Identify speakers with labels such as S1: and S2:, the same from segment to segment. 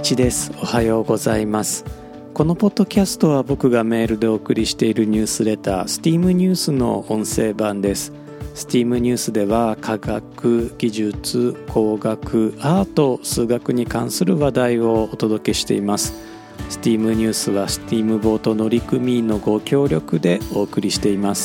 S1: 一です。おはようございます。このポッドキャストは僕がメールでお送りしているニュースレター STEAM ニュースの音声版です。 STEAM ニュースでは科学、技術、工学、アート、数学に関する話題をお届けしています。 STEAM ニュースは STEAM ボート乗組員のご協力でお送りしています。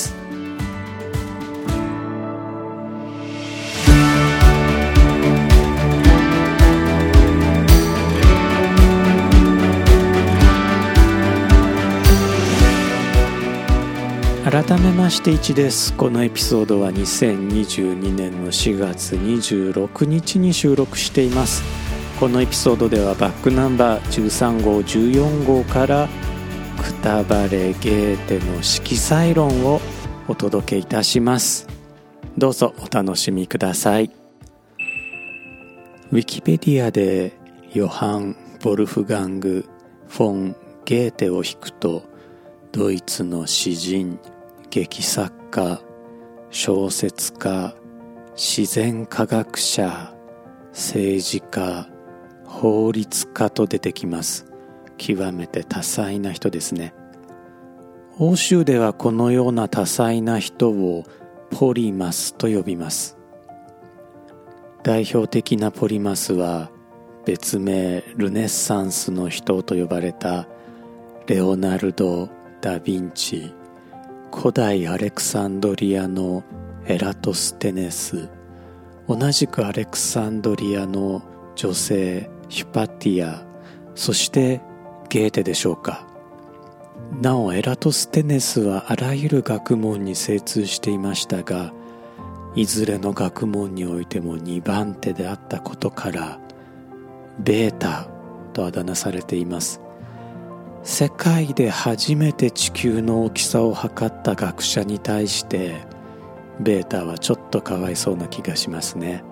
S1: 改めまして1です。このエピソードは2022年の4月26日に収録しています。このエピソードではバックナンバー13号14号からくたばれゲーテの色彩論をお届けいたします。どうぞお楽しみください。ウィキペディアでヨハン・ボルフガング・フォン・ゲーテを引くと、ドイツの詩人、劇作家、小説家、自然科学者、政治家、法律家と出てきます。極めて多彩な人ですね。欧州ではこのような多彩な人をポリマスと呼びます。代表的なポリマスは別名ルネッサンスの人と呼ばれたレオナルド・ダ・ヴィンチ、古代アレクサンドリアのエラトステネス、同じくアレクサンドリアの女性ヒュパティア、そしてゲーテでしょうか。なおエラトステネスはあらゆる学問に精通していましたが、いずれの学問においても2番手であったことからベータとあだ名されています。世界で初めて地球の大きさを測った学者に対してベータはちょっとかわいそうな気がしますね。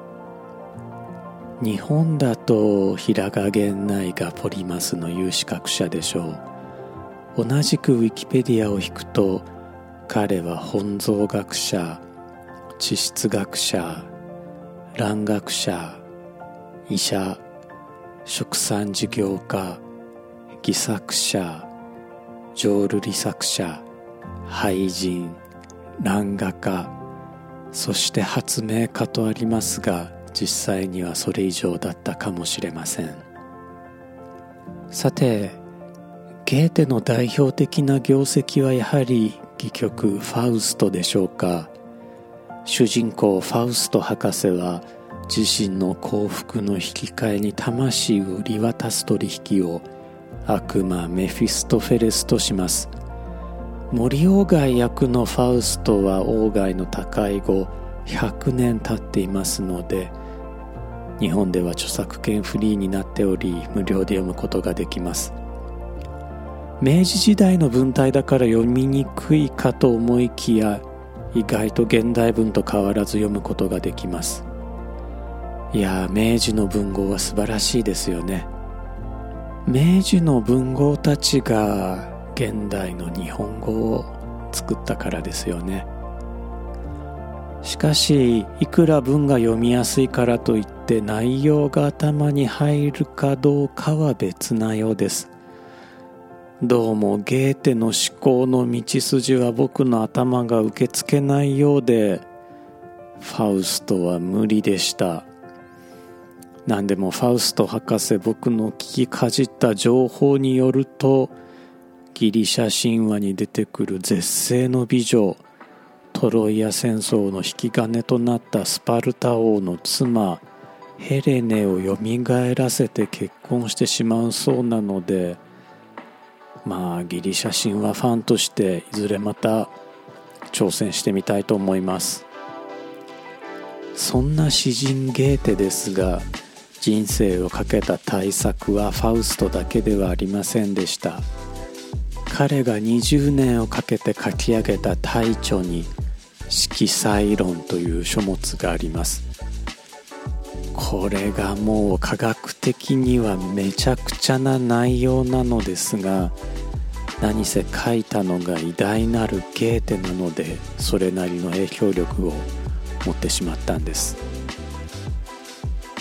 S1: 日本だと平賀源内がポリマスの有資格者でしょう。同じくウィキペディアを引くと、彼は本草学者、地質学者、蘭学者、医者、殖産事業家、戯作者、浄瑠璃作者、俳人、蘭画家、そして発明家とありますが、実際にはそれ以上だったかもしれません。さて、ゲーテの代表的な業績はやはり戯曲ファウストでしょうか。主人公ファウスト博士は自身の幸福の引き換えに魂を売り渡す取引を悪魔メフィストフェレスとします。森鴎外役のファウストは鴎外の他界後100年経っていますので、日本では著作権フリーになっており無料で読むことができます。明治時代の文体だから読みにくいかと思いきや、意外と現代文と変わらず読むことができます。いや、明治の文豪は素晴らしいですよね。明治の文豪たちが現代の日本語を作ったからですよね。しかし、いくら文が読みやすいからといって内容が頭に入るかどうかは別なようです。どうもゲーテの思考の道筋は僕の頭が受け付けないようで、ファウストは無理でした。なんでもファウスト博士、僕の聞きかじった情報によると、ギリシャ神話に出てくる絶世の美女、トロイア戦争の引き金となったスパルタ王の妻ヘレネをよみがえらせて結婚してしまうそうなので、ギリシャ神話ファンとしていずれまた挑戦してみたいと思います。そんな詩人ゲーテですが、人生をかけた大作はファウストだけではありませんでした。彼が20年をかけて書き上げた大著に色彩論という書物があります。これがもう科学的にはめちゃくちゃな内容なのですが、何せ書いたのが偉大なるゲーテなので、それなりの影響力を持ってしまったんです。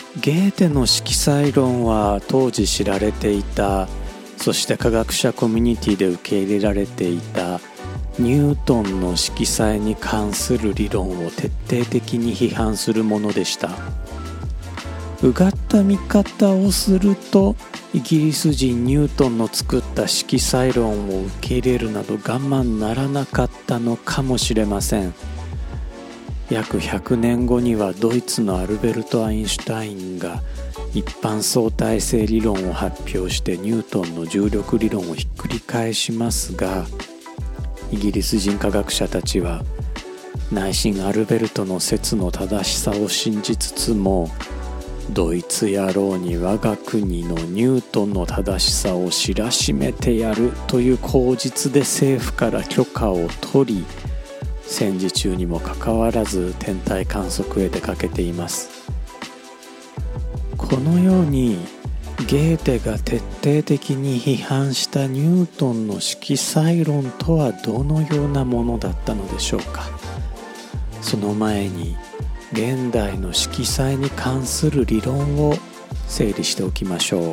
S1: ゲーテの色彩論は当時知られていた、そして科学者コミュニティで受け入れられていたニュートンの色彩に関する理論を徹底的に批判するものでした。うがった見方をすると、イギリス人ニュートンの作った色彩論を受け入れるなど我慢ならなかったのかもしれません。約100年後にはドイツのアルベルト・アインシュタインが一般相対性理論を発表してニュートンの重力理論をひっくり返しますが、イギリス人科学者たちは内心アルベルトの説の正しさを信じつつも、ドイツ野郎に我が国のニュートンの正しさを知らしめてやるという口実で政府から許可を取り、戦時中にもかかわらず天体観測へ出かけています。このようにゲーテが徹底的に批判したニュートンの色彩論とはどのようなものだったのでしょうか。その前に現代の色彩に関する理論を整理しておきましょう。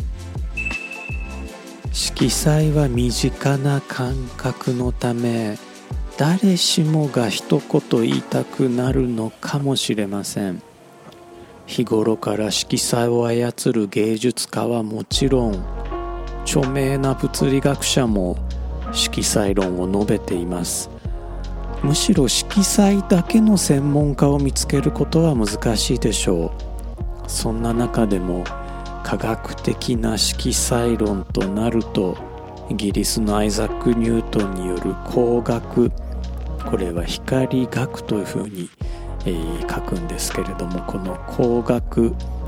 S1: 色彩は身近な感覚のため、誰しもが一言言いたくなるのかもしれません。日頃から色彩を操る芸術家はもちろん、著名な物理学者も色彩論を述べています。むしろ色彩だけの専門家を見つけることは難しいでしょう。そんな中でも科学的な色彩論となると、イギリスのアイザック・ニュートンによる光学、これは光学というふうに、書くんですけれども、この光学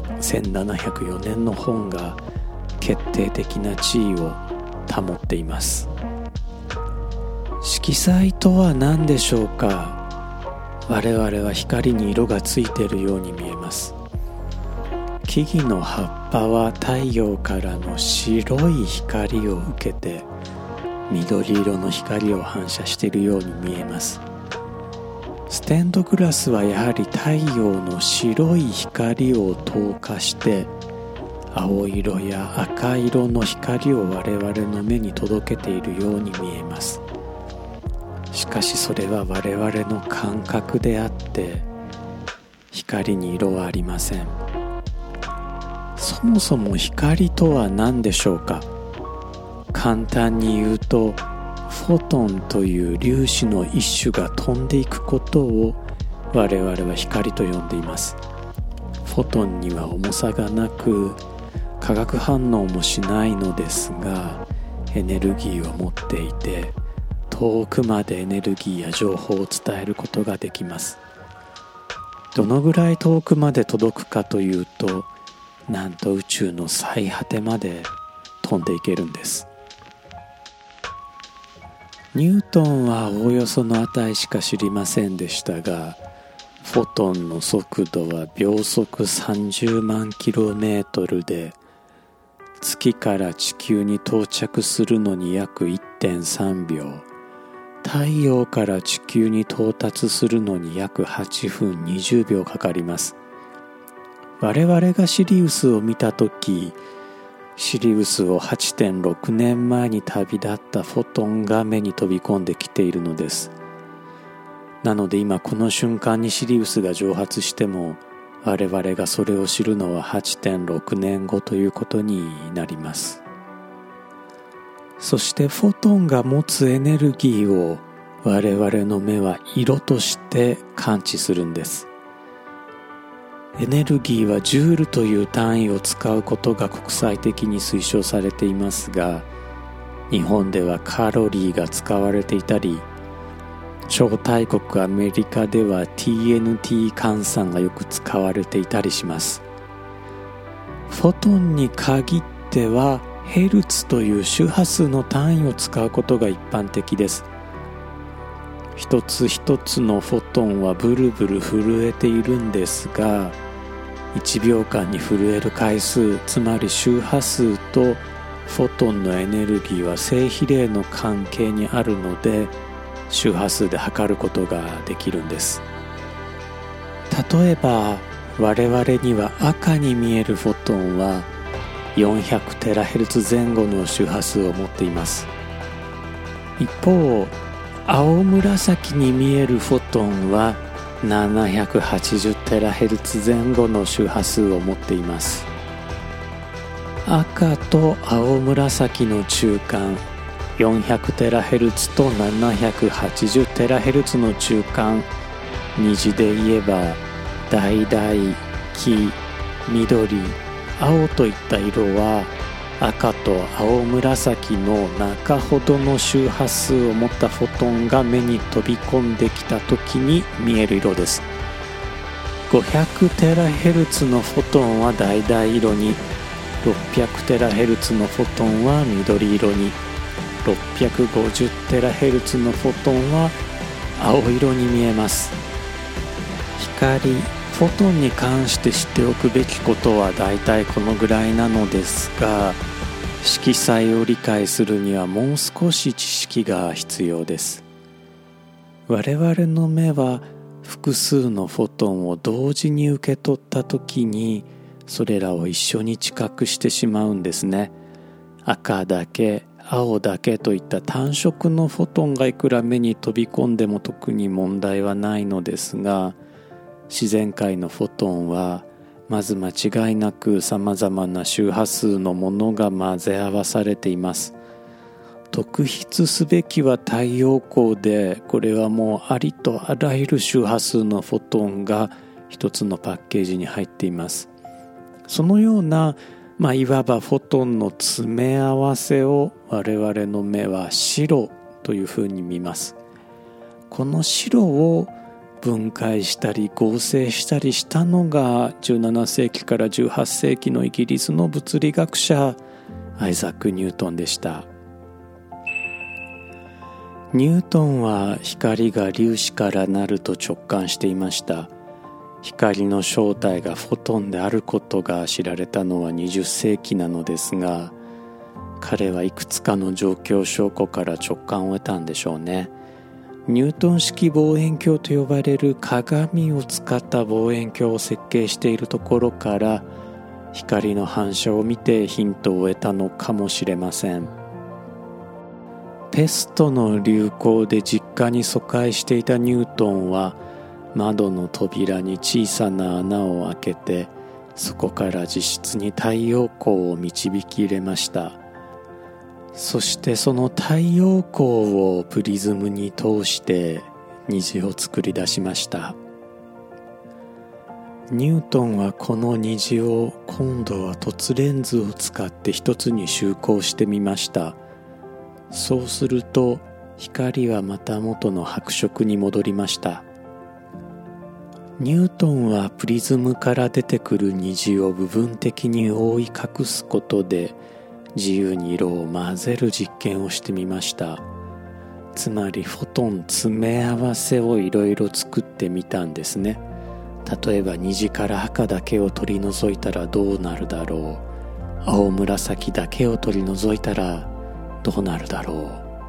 S1: 1704年の本が決定的な地位を保っています。色彩とは何でしょうか。我々は光に色がついているように見えます。木々の葉っぱは太陽からの白い光を受けて緑色の光を反射しているように見えます。ステンドグラスはやはり太陽の白い光を透過して青色や赤色の光を我々の目に届けているように見えます。しかしそれは我々の感覚であって、光に色はありません。そもそも光とは何でしょうか。簡単に言うと、フォトンという粒子の一種が飛んでいくことを我々は光と呼んでいます。フォトンには重さがなく化学反応もしないのですが、エネルギーを持っていて遠くまでエネルギーや情報を伝えることができます。どのぐらい遠くまで届くかというと、なんと宇宙の最果てまで飛んでいけるんです。ニュートンはおおよその値しか知りませんでしたが、フォトンの速度は秒速30万キロメートルで、月から地球に到着するのに約 1.3 秒、太陽から地球に到達するのに約8分20秒かかります。我々がシリウスを見たとき、シリウスを 8.6 年前に旅立ったフォトンが目に飛び込んできているのです。なので今この瞬間にシリウスが蒸発しても、我々がそれを知るのは 8.6 年後ということになります。そしてフォトンが持つエネルギーを我々の目は色として感知するんです。エネルギーはジュールという単位を使うことが国際的に推奨されていますが、日本ではカロリーが使われていたり、超大国アメリカでは TNT 換算がよく使われていたりします。フォトンに限ってはヘルツという周波数の単位を使うことが一般的です。一つ一つのフォトンはブルブル震えているんですが、1秒間に震える回数、つまり周波数とフォトンのエネルギーは正比例の関係にあるので、周波数で測ることができるんです。例えば我々には赤に見えるフォトンは400テラヘルツ前後の周波数を持っています。一方、青紫に見えるフォトンは780テラヘルツ前後の周波数を持っています。赤と青紫の中間、400テラヘルツと780テラヘルツの中間、虹で言えば橙、黄、緑、青といった色は赤と青紫の中ほどの周波数を持ったフォトンが目に飛び込んできた時に見える色です。500テラヘルツのフォトンは橙色に、600テラヘルツのフォトンは緑色に、650テラヘルツのフォトンは青色に見えます。光、フォトンに関して知っておくべきことはだいたいこのぐらいなのですが、色彩を理解するにはもう少し知識が必要です。我々の目は複数のフォトンを同時に受け取ったときにそれらを一緒に知覚してしまうんですね。赤だけ、青だけといった単色のフォトンがいくら目に飛び込んでも特に問題はないのですが、自然界のフォトンはまず間違いなくさまざまな周波数のものが混ぜ合わされています。特筆すべきは太陽光で、これはもうありとあらゆる周波数のフォトンが一つのパッケージに入っています。そのようないわばフォトンの詰め合わせを我々の目は白というふうに見ます。この白を分解したり合成したりしたのが17世紀から18世紀のイギリスの物理学者アイザック・ニュートンでした。ニュートンは光が粒子からなると直感していました。光の正体がフォトンであることが知られたのは20世紀なのですが、彼はいくつかの状況証拠から直感を得たんでしょうね。ニュートン式望遠鏡と呼ばれる鏡を使った望遠鏡を設計しているところから光の反射を見てヒントを得たのかもしれません。ペストの流行で実家に疎開していたニュートンは窓の扉に小さな穴を開けて、そこから自室に太陽光を導き入れました。そしてその太陽光をプリズムに通して虹を作り出しました。ニュートンはこの虹を今度は凸レンズを使って一つに集光してみました。そうすると光はまた元の白色に戻りました。ニュートンはプリズムから出てくる虹を部分的に覆い隠すことで自由に色を混ぜる実験をしてみました。つまりフォトン詰め合わせをいろいろ作ってみたんですね。例えば虹から赤だけを取り除いたらどうなるだろう、青紫だけを取り除いたらどうなるだろう。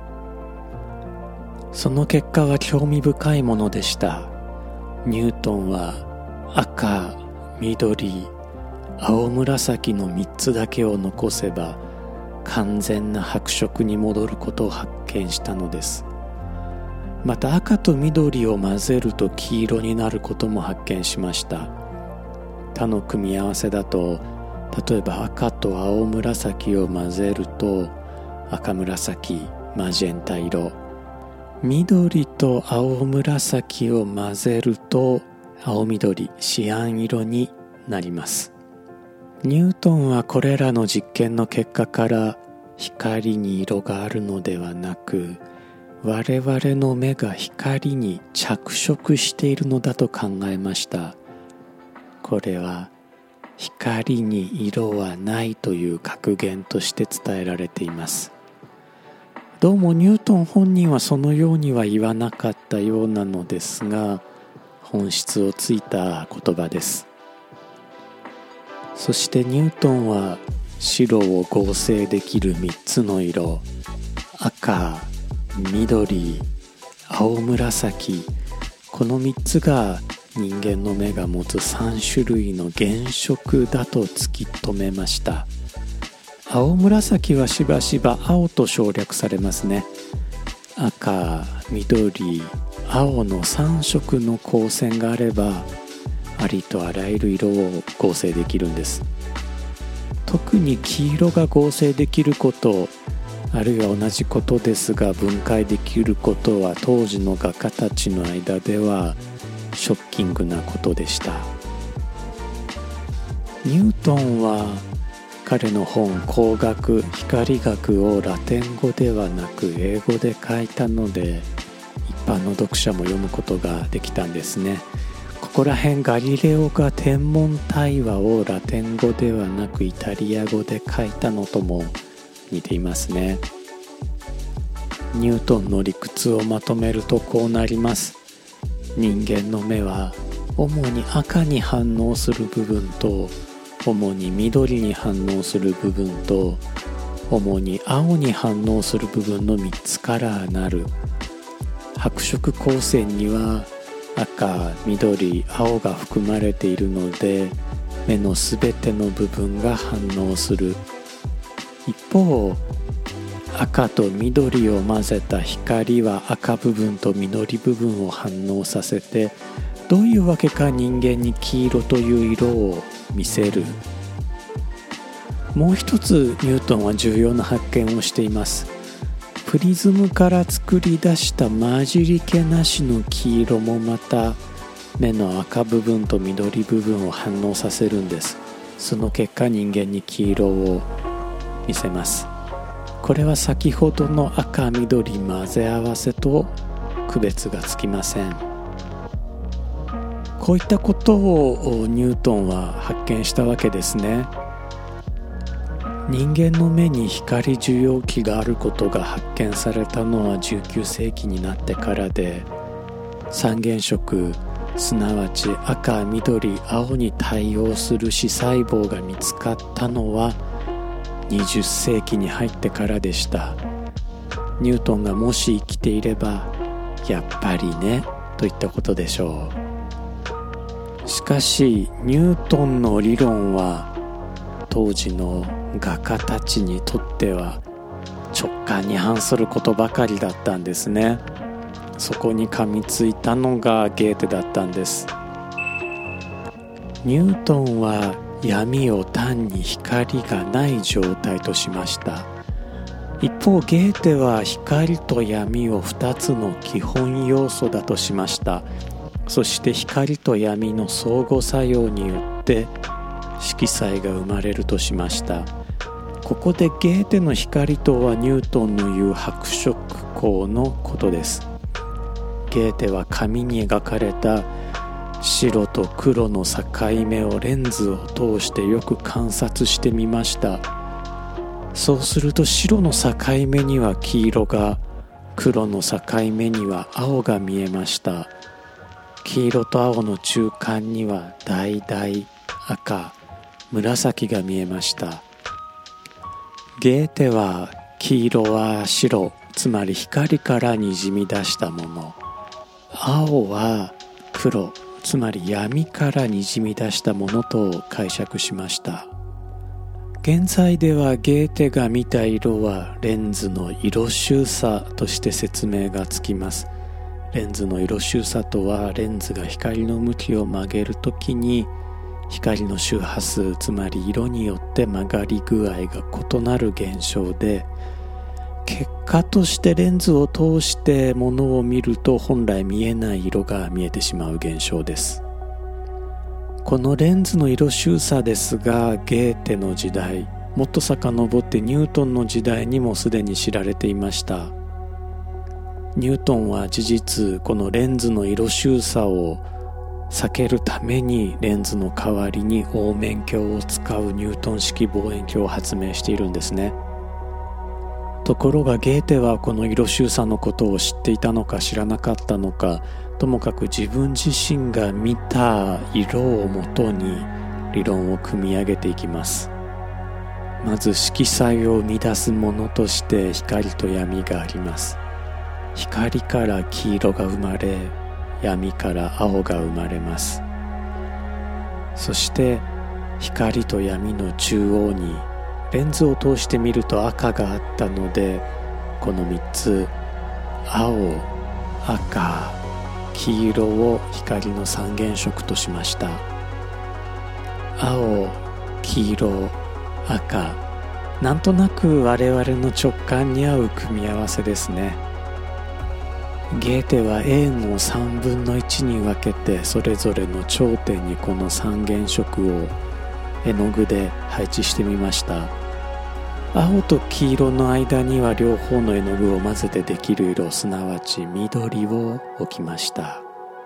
S1: その結果は興味深いものでした。ニュートンは赤、緑、青紫の3つだけを残せば完全な白色に戻ることを発見したのです。また赤と緑を混ぜると黄色になることも発見しました。他の組み合わせだと、例えば赤と青紫を混ぜると赤紫、マジェンタ色、緑と青紫を混ぜると青緑、シアン色になります。ニュートンはこれらの実験の結果から光に色があるのではなく、我々の目が光に着色しているのだと考えました。これは光に色はないという格言として伝えられています。どうもニュートン本人はそのようには言わなかったようなのですが、本質をついた言葉です。そしてニュートンは白を合成できる3つの色、赤、緑、青紫、この3つが人間の目が持つ3種類の原色だと突き止めました。青紫はしばしば青と省略されますね。赤、緑、青の3色の光線があればありとあらゆる色を合成できるんです。特に黄色が合成できること、あるいは同じことですが分解できることは当時の画家たちの間ではショッキングなことでした。ニュートンは彼の本光学・光学をラテン語ではなく英語で書いたので一般の読者も読むことができたんですね。ここら辺ガリレオが天文対話をラテン語ではなくイタリア語で書いたのとも似ていますね。ニュートンの理屈をまとめるとこうなります。人間の目は主に赤に反応する部分と主に緑に反応する部分と主に青に反応する部分の3つからなる。白色光線には赤、緑、青が含まれているので目のすべての部分が反応する。一方、赤と緑を混ぜた光は赤部分と緑部分を反応させてどういうわけか人間に黄色という色を見せる。もう一つニュートンは重要な発見をしています。プリズムから作り出した混じり気なしの黄色もまた目の赤部分と緑部分を反応させるんです。その結果人間に黄色を見せます。これは先ほどの赤緑混ぜ合わせと区別がつきません。こういったことをニュートンは発見したわけですね。人間の目に光受容器があることが発見されたのは19世紀になってからで、三原色すなわち赤、緑、青に対応する視細胞が見つかったのは20世紀に入ってからでした。ニュートンがもし生きていればやっぱりねといったことでしょう。しかしニュートンの理論は当時の画家たちにとっては直感に反することばかりだったんですね。そこに噛みついたのがゲーテだったんです。ニュートンは闇を単に光がない状態としました。一方ゲーテは光と闇を2つの基本要素だとしました。そして光と闇の相互作用によって色彩が生まれるとしました。ここでゲーテの光とはニュートンの言う白色光のことです。ゲーテは紙に描かれた白と黒の境目をレンズを通してよく観察してみました。そうすると白の境目には黄色が、黒の境目には青が見えました。黄色と青の中間には橙、赤、紫が見えました。ゲーテは黄色は白、つまり光からにじみ出したもの、青は黒、つまり闇からにじみ出したものと解釈しました。現在ではゲーテが見た色はレンズの色周差として説明がつきます。レンズの色周差とはレンズが光の向きを曲げるときに光の周波数、つまり色によって曲がり具合が異なる現象で、結果としてレンズを通して物を見ると本来見えない色が見えてしまう現象です。このレンズの色周差ですが、ゲーテの時代、もっと遡ってニュートンの時代にもすでに知られていました。ニュートンは事実このレンズの色周差を避けるためにレンズの代わりに凹面鏡を使うニュートン式望遠鏡を発明しているんですね。ところがゲーテはこの色周差のことを知っていたのか知らなかったのか、ともかく自分自身が見た色をもとに理論を組み上げていきます。まず色彩を生み出すものとして光と闇があります。光から黄色が生まれ、 闇から青が生まれます。そして光と闇の中央にレンズを通して見ると赤があったので、この3つ、青、赤、黄色を光の三原色としました。青、黄色、赤、なんとなく我々の直感に合う組み合わせですね。ゲーテは円を3分の1に分けて、それぞれの頂点にこの三原色を絵の具で配置してみました。青と黄色の間には両方の絵の具を混ぜてできる色、すなわち緑を置きました。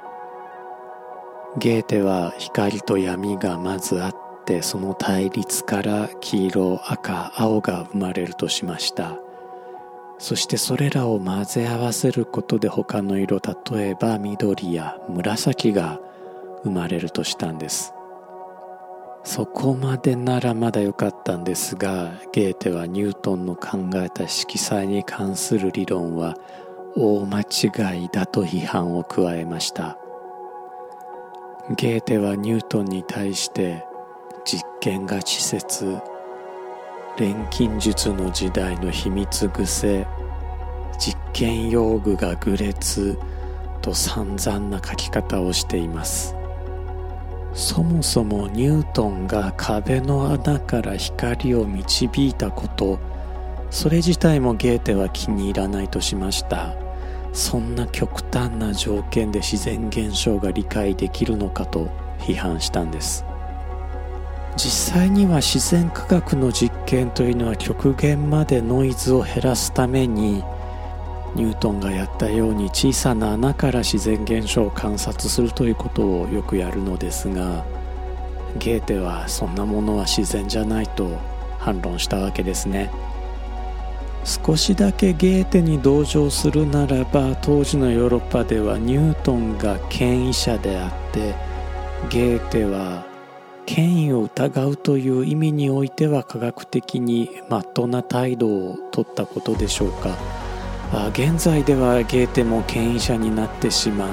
S1: ゲーテは光と闇がまずあって、その対立から黄色、赤、青が生まれるとしました。そしてそれらを混ぜ合わせることで他の色、例えば緑や紫が生まれるとしたんです。そこまでならまだ良かったんですが、ゲーテはニュートンの考えた色彩に関する理論は大間違いだと批判を加えました。ゲーテはニュートンに対して実験が稚拙、錬金術の時代の秘密癖、実験用具が愚劣と散々な書き方をしています。そもそもニュートンが壁の穴から光を導いたこと、それ自体もゲーテは気に入らないとしました。そんな極端な条件で自然現象が理解できるのかと批判したんです。実際には自然科学の実験というのは極限までノイズを減らすために、ニュートンがやったように小さな穴から自然現象を観察するということをよくやるのですが、ゲーテはそんなものは自然じゃないと反論したわけですね。少しだけゲーテに同情するならば、当時のヨーロッパではニュートンが権威者であって、ゲーテは権威を疑うという意味においては科学的に真っ当な態度を取ったことでしょうか。現在ではゲーテも権威者になってしまって、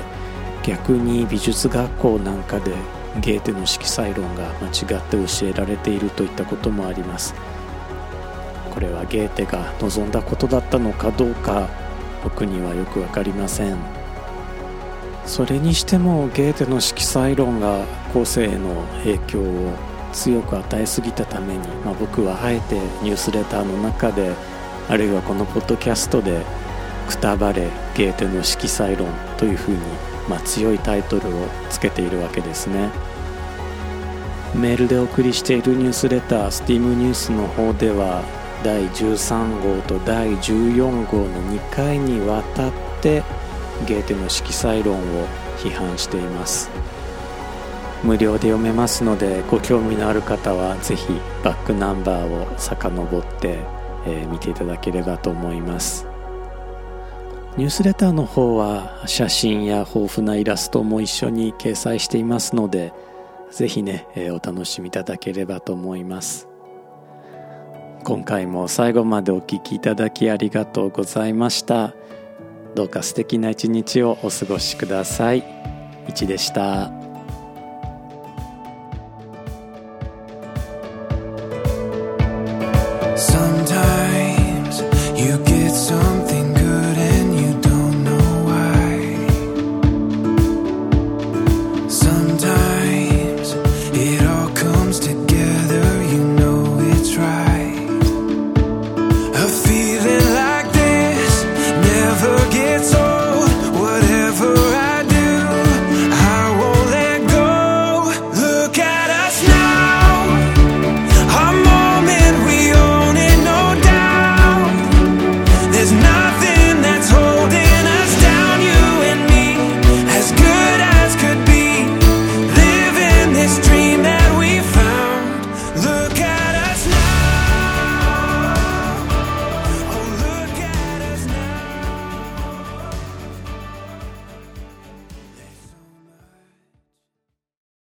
S1: 逆に美術学校なんかでゲーテの色彩論が間違って教えられているといったこともあります。これはゲーテが望んだことだったのかどうか、僕にはよくわかりません。それにしてもゲーテの色彩論が後世への影響を強く与えすぎたために、僕はあえてニュースレターの中で、あるいはこのポッドキャストでくたばれゲーテの色彩論というふうに、強いタイトルをつけているわけですね。メールでお送りしているニュースレター、スティームニュースの方では第13号と第14号の2回にわたってゲーテの色彩論を批判しています。無料で読めますので、ご興味のある方はぜひバックナンバーを遡って見ていただければと思います。ニュースレターの方は写真や豊富なイラストも一緒に掲載していますので、ぜひね、お楽しみいただければと思います。今回も最後までお聞きいただきありがとうございました。どうか素敵な一日をお過ごしください。いちでした。